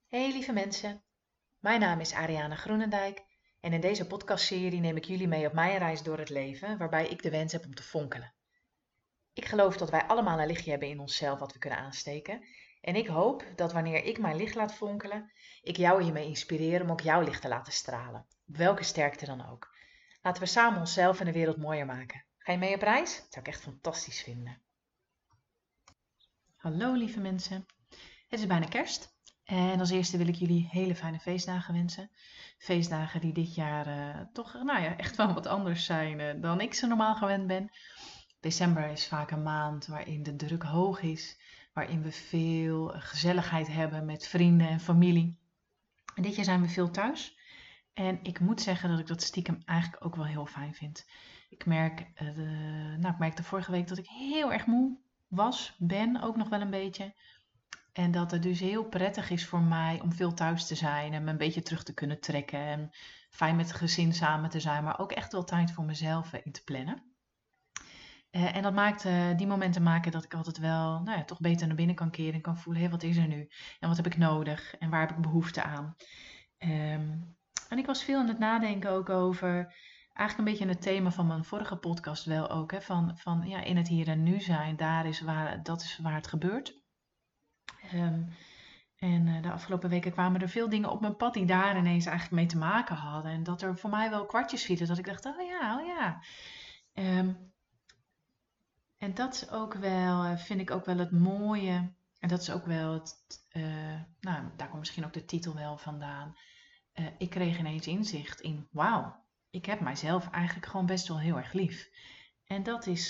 Hey lieve mensen, mijn naam is Ariane Groenendijk en in deze podcastserie neem ik jullie mee op mijn reis door het leven waarbij ik de wens heb om te fonkelen. Ik geloof dat wij allemaal een lichtje hebben in onszelf wat we kunnen aansteken en ik hoop dat wanneer ik mijn licht laat fonkelen, ik jou hiermee inspireer om ook jouw licht te laten stralen, op welke sterkte dan ook. Laten we samen onszelf en de wereld mooier maken. Ga je mee op reis? Dat zou ik echt fantastisch vinden. Hallo lieve mensen. Het is bijna kerst en als eerste wil ik jullie hele fijne feestdagen wensen. Feestdagen die dit jaar toch echt wel wat anders zijn dan ik ze normaal gewend ben. December is vaak een maand waarin de druk hoog is, waarin we veel gezelligheid hebben met vrienden en familie. En dit jaar zijn we veel thuis en ik moet zeggen dat ik dat stiekem eigenlijk ook wel heel fijn vind. Ik merkte vorige week dat ik heel erg moe ben ook nog wel een beetje. En dat het dus heel prettig is voor mij om veel thuis te zijn en me een beetje terug te kunnen trekken. En fijn met het gezin samen te zijn, maar ook echt wel tijd voor mezelf in te plannen. En dat maakt, die momenten maken dat ik altijd wel toch beter naar binnen kan keren en kan voelen, hé, wat is er nu? En wat heb ik nodig? En waar heb ik behoefte aan? Ehm, en ik was veel aan het nadenken ook over, eigenlijk een beetje het thema van mijn vorige podcast wel ook, hè, van ja, in het hier en nu zijn, dat is waar het gebeurt. Ehm, de afgelopen weken kwamen er veel dingen op mijn pad die daar ineens eigenlijk mee te maken hadden. En dat er voor mij wel kwartjes vielen. Dat ik dacht, oh ja, oh ja. Ehm, en dat is ook wel, vind ik ook wel het mooie. En dat is ook wel daar komt misschien ook de titel wel vandaan. Ik kreeg ineens inzicht in, wauw, ik heb mijzelf eigenlijk gewoon best wel heel erg lief. En dat is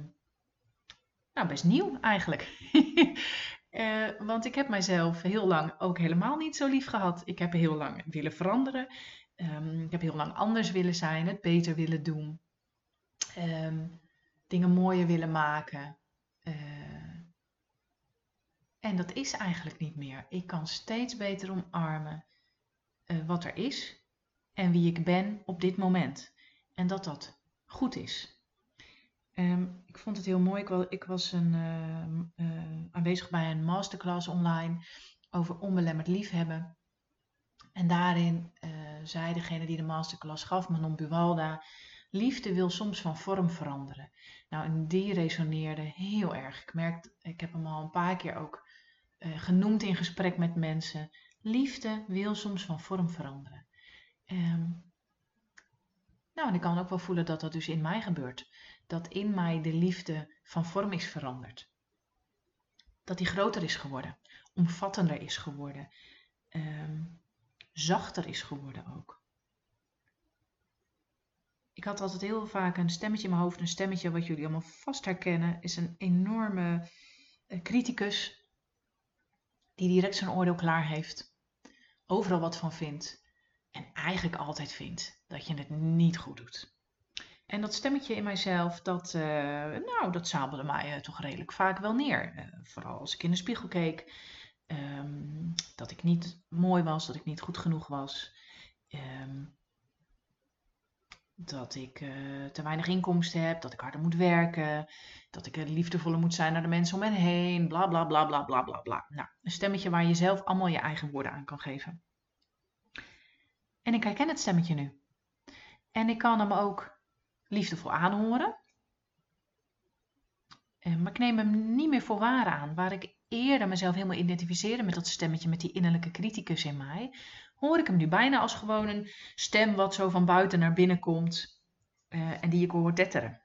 best nieuw eigenlijk. Want ik heb mijzelf heel lang ook helemaal niet zo lief gehad. Ik heb heel lang willen veranderen. Ik heb heel lang anders willen zijn, het beter willen doen. Ehm, Dingen mooier willen maken. Eh, en dat is eigenlijk niet meer. Ik kan steeds beter omarmen wat er is en wie ik ben op dit moment. En dat dat goed is. Ik vond het heel mooi. Ik was aanwezig bij een masterclass online over onbelemmerd liefhebben. En daarin zei degene die de masterclass gaf, Manon Buwalda, liefde wil soms van vorm veranderen. Nou, en die resoneerde heel erg. Ik heb hem al een paar keer ook genoemd in gesprek met mensen. Liefde wil soms van vorm veranderen. Ehm, en ik kan ook wel voelen dat dat dus in mij gebeurt. Dat in mij de liefde van vorm is veranderd. Dat die groter is geworden, omvattender is geworden, ehm, zachter is geworden ook. Ik had altijd heel vaak een stemmetje in mijn hoofd, een stemmetje wat jullie allemaal vast herkennen, is een enorme criticus die direct zijn oordeel klaar heeft, overal wat van vindt en eigenlijk altijd vindt dat je het niet goed doet. En dat stemmetje in mijzelf, dat sabelde mij toch redelijk vaak wel neer. Vooral als ik in de spiegel keek, dat ik niet mooi was, dat ik niet goed genoeg was. Ehm, dat ik te weinig inkomsten heb, dat ik harder moet werken, dat ik liefdevoller moet zijn naar de mensen om me heen, bla bla bla bla bla bla bla. Nou, een stemmetje waar je zelf allemaal je eigen woorden aan kan geven. En ik herken het stemmetje nu. En ik kan hem ook liefdevol aanhoren. Maar ik neem hem niet meer voor waar aan. Waar ik eerder mezelf helemaal identificeerde met dat stemmetje, met die innerlijke criticus in mij, hoor ik hem nu bijna als gewoon een stem wat zo van buiten naar binnen komt en die ik hoor tetteren.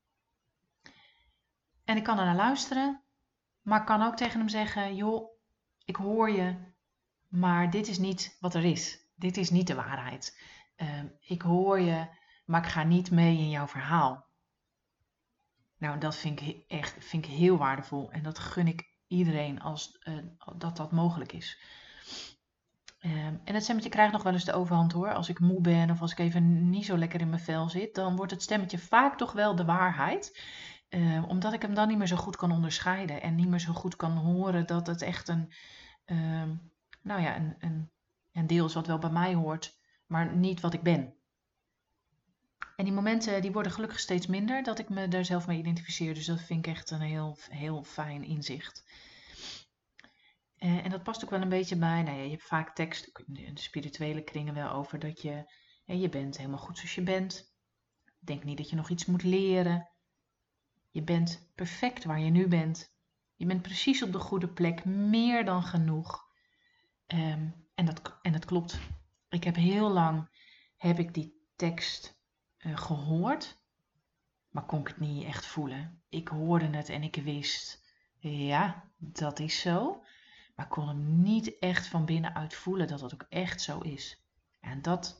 En ik kan er naar luisteren, maar ik kan ook tegen hem zeggen, joh, ik hoor je, maar dit is niet wat er is. Dit is niet de waarheid. Ik hoor je, maar ik ga niet mee in jouw verhaal. Nou, dat vind ik heel waardevol en dat gun ik iedereen als dat mogelijk is. En het stemmetje krijgt nog wel eens de overhand hoor. Als ik moe ben of als ik even niet zo lekker in mijn vel zit, dan wordt het stemmetje vaak toch wel de waarheid. Omdat ik hem dan niet meer zo goed kan onderscheiden en niet meer zo goed kan horen dat het echt ehm, een deel is wat wel bij mij hoort, maar niet wat ik ben. En die momenten die worden gelukkig steeds minder dat ik me daar zelf mee identificeer. Dus dat vind ik echt een heel, heel fijn inzicht. En dat past ook wel een beetje bij, nou ja, je hebt vaak tekst, ook in de spirituele kringen wel over dat je bent helemaal goed zoals je bent. Denk niet dat je nog iets moet leren. Je bent perfect waar je nu bent. Je bent precies op de goede plek, meer dan genoeg. En dat klopt. Ik heb heel lang die tekst gehoord, maar kon ik het niet echt voelen. Ik hoorde het en ik wist, ja, dat is zo. Maar ik kon hem niet echt van binnenuit voelen dat het ook echt zo is. En dat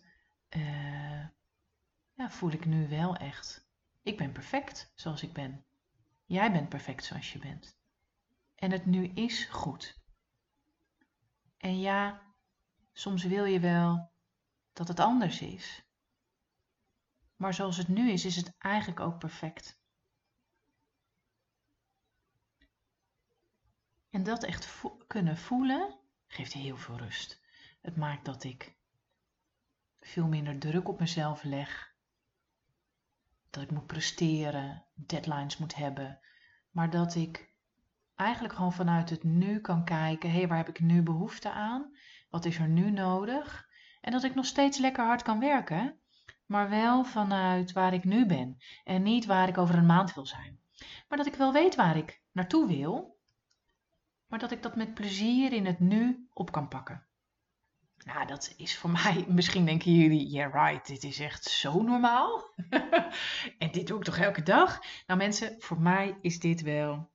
ja, voel ik nu wel echt. Ik ben perfect zoals ik ben. Jij bent perfect zoals je bent. En het nu is goed. En ja, soms wil je wel dat het anders is. Maar zoals het nu is het eigenlijk ook perfect. En dat echt kunnen voelen, geeft heel veel rust. Het maakt dat ik veel minder druk op mezelf leg. Dat ik moet presteren, deadlines moet hebben. Maar dat ik eigenlijk gewoon vanuit het nu kan kijken, hé, waar heb ik nu behoefte aan? Wat is er nu nodig? En dat ik nog steeds lekker hard kan werken, maar wel vanuit waar ik nu ben en niet waar ik over een maand wil zijn. Maar dat ik wel weet waar ik naartoe wil, maar dat ik dat met plezier in het nu op kan pakken. Nou, dat is voor mij, misschien denken jullie, yeah right, dit is echt zo normaal. En dit doe ik toch elke dag? Nou mensen, voor mij is dit wel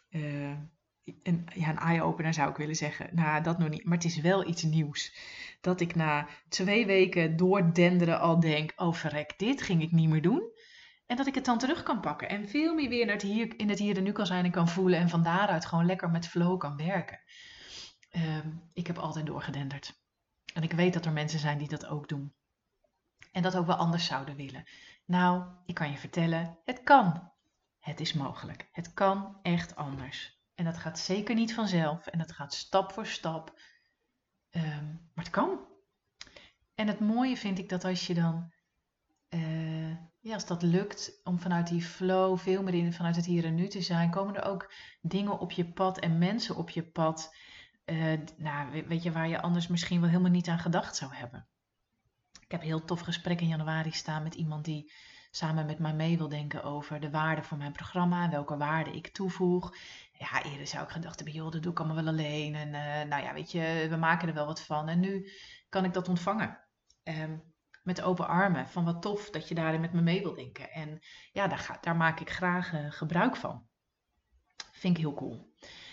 een eye-opener zou ik willen zeggen. Nou, dat nog niet, maar het is wel iets nieuws. Dat ik na 2 weken doordenderen al denk, oh verrek, dit ging ik niet meer doen. En dat ik het dan terug kan pakken en veel meer weer in het hier en nu kan zijn en kan voelen. En van daaruit gewoon lekker met flow kan werken. Ik heb altijd doorgedenderd. En ik weet dat er mensen zijn die dat ook doen. En dat ook wel anders zouden willen. Nou, ik kan je vertellen, het kan. Het is mogelijk. Het kan echt anders. En dat gaat zeker niet vanzelf. En dat gaat stap voor stap. Maar het kan. En het mooie vind ik dat als je dan, ja, als dat lukt om vanuit die flow veel meer vanuit het hier en nu te zijn, komen er ook dingen op je pad en mensen op je pad. Nou, weet je, waar je anders misschien wel helemaal niet aan gedacht zou hebben. Ik heb een heel tof gesprek in januari staan met iemand die samen met mij mee wil denken over de waarde van mijn programma en welke waarde ik toevoeg. Ja, eerder zou ik gedacht hebben, joh, dat doe ik allemaal wel alleen. En nou ja, weet je, we maken er wel wat van. En nu kan ik dat ontvangen. Met open armen. Van wat tof dat je daarin met me mee wil denken. En ja, daar maak ik graag gebruik van. Vind ik heel cool.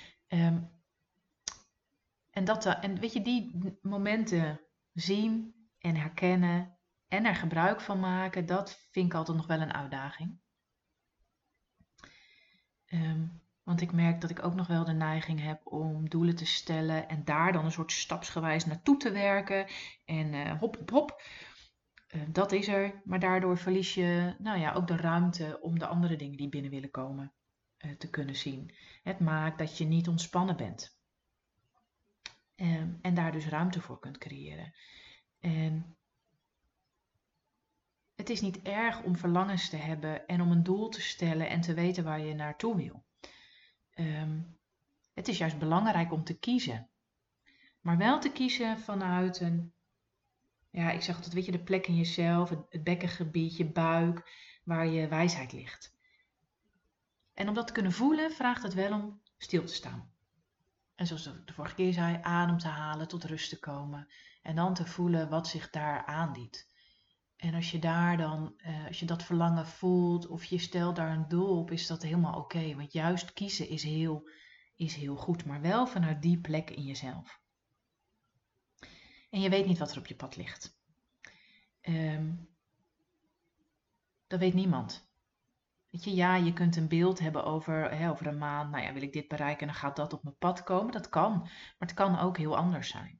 En weet je, die momenten zien en herkennen en er gebruik van maken, dat vind ik altijd nog wel een uitdaging. Want ik merk dat ik ook nog wel de neiging heb om doelen te stellen en daar dan een soort stapsgewijs naartoe te werken. En hop, hop, hop. Dat is er, maar daardoor verlies je nou ja, ook de ruimte om de andere dingen die binnen willen komen te kunnen zien. Het maakt dat je niet ontspannen bent. En daar dus ruimte voor kunt creëren. En het is niet erg om verlangens te hebben en om een doel te stellen en te weten waar je naartoe wil. Het is juist belangrijk om te kiezen. Maar wel te kiezen vanuit ja, ik zeg altijd, weet je, de plek in jezelf, het bekkengebied, je buik, waar je wijsheid ligt. En om dat te kunnen voelen, vraagt het wel om stil te staan. En zoals ik de vorige keer zei, adem te halen, tot rust te komen. En dan te voelen wat zich daar aandient. En als je daar dan, als je dat verlangen voelt of je stelt daar een doel op, is dat helemaal oké. Want juist kiezen is heel goed, maar wel vanuit die plek in jezelf. En je weet niet wat er op je pad ligt. Dat weet niemand. Weet je, ja, je kunt een beeld hebben over een maand, nou ja, wil ik dit bereiken en dan gaat dat op mijn pad komen. Dat kan, maar het kan ook heel anders zijn.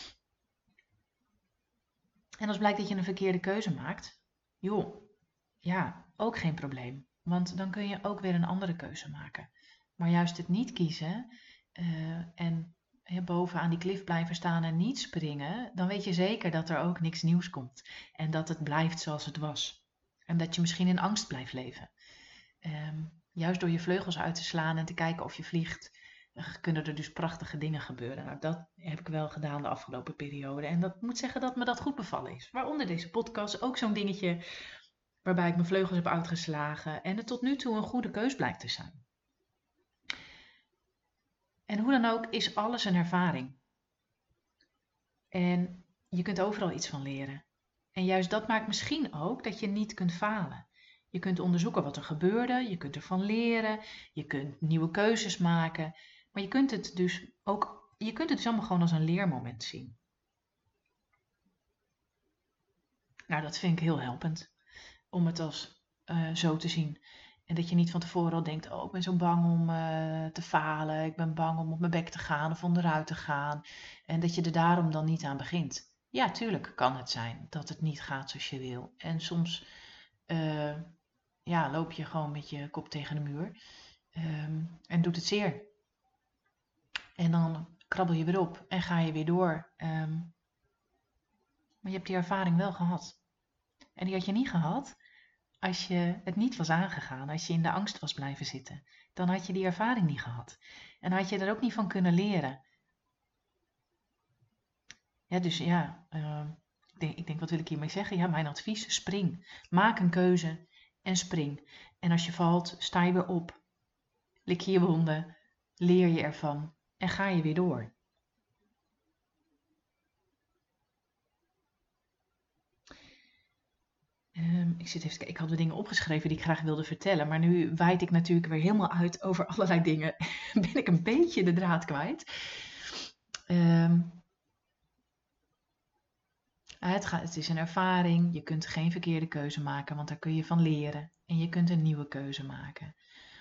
En als blijkt dat je een verkeerde keuze maakt, joh, ja, ook geen probleem. Want dan kun je ook weer een andere keuze maken. Maar juist het niet kiezen en bovenaan die klif blijven staan en niet springen, dan weet je zeker dat er ook niks nieuws komt. En dat het blijft zoals het was. En dat je misschien in angst blijft leven. Juist door je vleugels uit te slaan en te kijken of je vliegt, kunnen er dus prachtige dingen gebeuren. Nou, dat heb ik wel gedaan de afgelopen periode. En dat moet zeggen dat me dat goed bevallen is. Waaronder deze podcast, ook zo'n dingetje waarbij ik mijn vleugels heb uitgeslagen. En het tot nu toe een goede keus blijkt te zijn. En hoe dan ook is alles een ervaring. En je kunt overal iets van leren. En juist dat maakt misschien ook dat je niet kunt falen. Je kunt onderzoeken wat er gebeurde, je kunt ervan leren, je kunt nieuwe keuzes maken. Maar je kunt het dus allemaal gewoon als een leermoment zien. Nou, dat vind ik heel helpend, om het als zo te zien. En dat je niet van tevoren al denkt, oh, ik ben zo bang om te falen, ik ben bang om op mijn bek te gaan of onderuit te gaan. En dat je er daarom dan niet aan begint. Ja, tuurlijk kan het zijn dat het niet gaat zoals je wil. En soms loop je gewoon met je kop tegen de muur en doet het zeer. En dan krabbel je weer op en ga je weer door. Maar je hebt die ervaring wel gehad. En die had je niet gehad als je het niet was aangegaan, als je in de angst was blijven zitten. Dan had je die ervaring niet gehad. En had je er ook niet van kunnen leren. Ja, dus ja, ik denk, wat wil ik hiermee zeggen? Ja, mijn advies, spring. Maak een keuze en spring. En als je valt, sta je weer op. Lik je wonden, leer je ervan en ga je weer door. Ik zit even te kijken. Ik had wat dingen opgeschreven die ik graag wilde vertellen. Maar nu wijd ik natuurlijk weer helemaal uit over allerlei dingen. Ben ik een beetje de draad kwijt. Het is een ervaring. Je kunt geen verkeerde keuze maken, want daar kun je van leren. En je kunt een nieuwe keuze maken.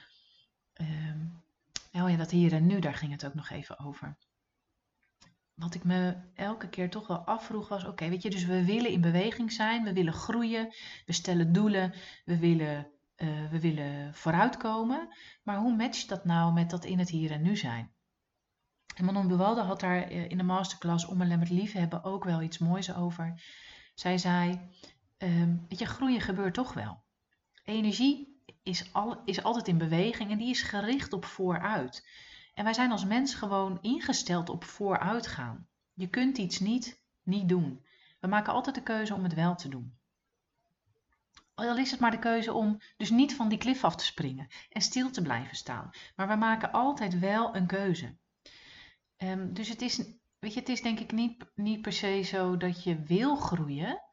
Dat hier en nu, daar ging het ook nog even over. Wat ik me elke keer toch wel afvroeg was, oké, weet je, dus we willen in beweging zijn, we willen groeien, we stellen doelen, we willen vooruitkomen. Maar hoe matcht dat nou met dat in het hier en nu zijn? En Manon Buwalda had daar in de masterclass Onbelemmerd Liefhebben ook wel iets moois over. Zij zei, weet je, groeien gebeurt toch wel. Energie is altijd in beweging en die is gericht op vooruit. En wij zijn als mens gewoon ingesteld op vooruitgaan. Je kunt iets niet doen. We maken altijd de keuze om het wel te doen. Al is het maar de keuze om dus niet van die klif af te springen en stil te blijven staan. Maar we maken altijd wel een keuze. Dus het is denk ik niet per se zo dat je wil groeien.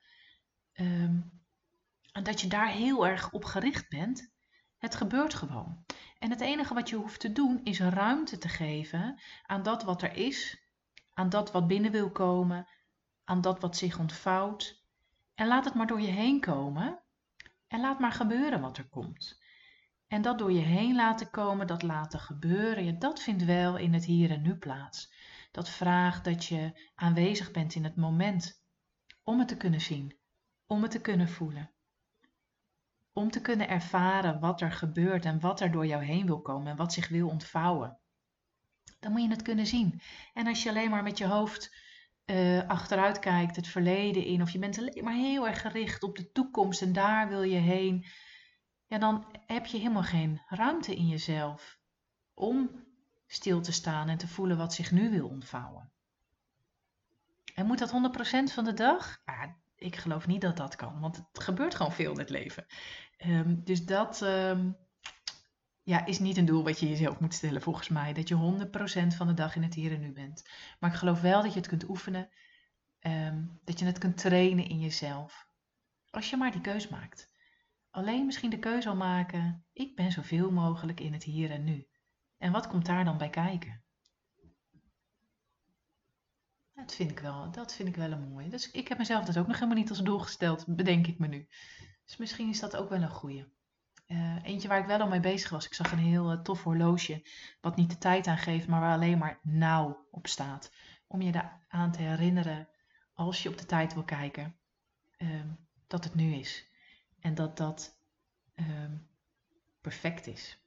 En dat je daar heel erg op gericht bent. Het gebeurt gewoon. En het enige wat je hoeft te doen is ruimte te geven aan dat wat er is, aan dat wat binnen wil komen, aan dat wat zich ontvouwt. En laat het maar door je heen komen en laat maar gebeuren wat er komt. En dat door je heen laten komen, dat laten gebeuren, ja, dat vindt wel in het hier en nu plaats. Dat vraagt dat je aanwezig bent in het moment om het te kunnen zien, om het te kunnen voelen. Om te kunnen ervaren wat er gebeurt en wat er door jou heen wil komen en wat zich wil ontvouwen. Dan moet je het kunnen zien. En als je alleen maar met je hoofd achteruit kijkt, het verleden in, of je bent alleen maar heel erg gericht op de toekomst en daar wil je heen, ja, dan heb je helemaal geen ruimte in jezelf om stil te staan en te voelen wat zich nu wil ontvouwen. En moet dat 100% van de dag? Ja, ik geloof niet dat dat kan, want het gebeurt gewoon veel in het leven. Dus dat is niet een doel wat je jezelf moet stellen volgens mij. Dat je 100% van de dag in het hier en nu bent. Maar ik geloof wel dat je het kunt oefenen. Dat je het kunt trainen in jezelf. Als je maar die keus maakt. Alleen misschien de keus al maken. Ik ben zoveel mogelijk in het hier en nu. En wat komt daar dan bij kijken? Dat vind ik wel een mooie. Dus ik heb mezelf dat ook nog helemaal niet als doel gesteld, bedenk ik me nu. Dus misschien is dat ook wel een goeie. Eentje waar ik wel al mee bezig was. Ik zag een heel tof horloge, wat niet de tijd aangeeft, maar waar alleen maar now op staat. Om je eraan te herinneren, als je op de tijd wil kijken, dat het nu is. En dat dat perfect is.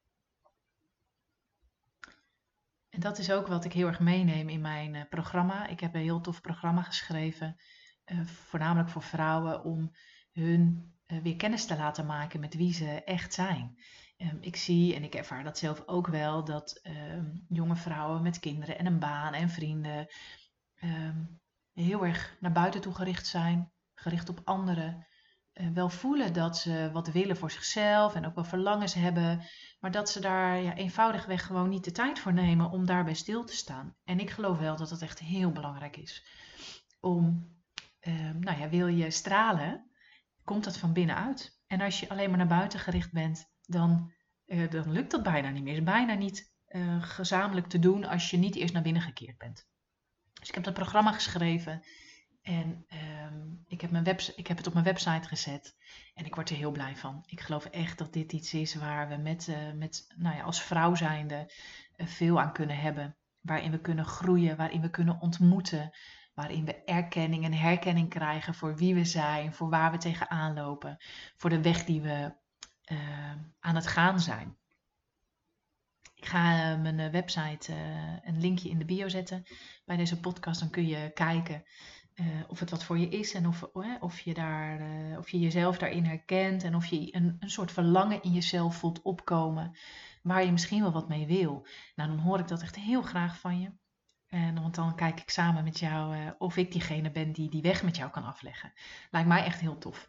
En dat is ook wat ik heel erg meeneem in mijn programma. Ik heb een heel tof programma geschreven, voornamelijk voor vrouwen, om hun weer kennis te laten maken met wie ze echt zijn. Ik zie, en ik ervaar dat zelf ook wel, dat jonge vrouwen met kinderen en een baan en vrienden ehm, heel erg naar buiten toe gericht zijn, gericht op anderen. Wel voelen dat ze wat willen voor zichzelf en ook wel verlangens hebben, maar dat ze daar eenvoudigweg gewoon niet de tijd voor nemen om daarbij stil te staan. En ik geloof wel dat het echt heel belangrijk is om, wil je stralen, komt dat van binnenuit. En als je alleen maar naar buiten gericht bent, dan lukt dat bijna niet meer. Het is bijna niet gezamenlijk te doen als je niet eerst naar binnen gekeerd bent. Dus ik heb dat programma geschreven en ik heb het op mijn website gezet. En ik word er heel blij van. Ik geloof echt dat dit iets is waar we als vrouw zijnde veel aan kunnen hebben. Waarin we kunnen groeien, waarin we kunnen ontmoeten. Waarin we erkenning en herkenning krijgen voor wie we zijn, voor waar we tegenaan lopen. Voor de weg die we aan het gaan zijn. Ik ga mijn website een linkje in de bio zetten bij deze podcast. Dan kun je kijken of het wat voor je is en of je jezelf daarin herkent en of je een soort verlangen in jezelf voelt opkomen waar je misschien wel wat mee wil. Nou, dan hoor ik dat echt heel graag van je. Want dan kijk ik samen met jou of ik diegene ben die die weg met jou kan afleggen. Lijkt mij echt heel tof.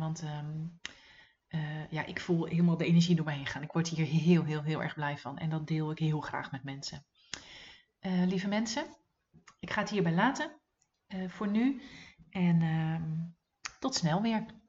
Ik voel helemaal de energie door me heen gaan. Ik word hier heel, heel, heel erg blij van. En dat deel ik heel graag met mensen. Lieve mensen, ik ga het hierbij laten voor nu. En tot snel weer.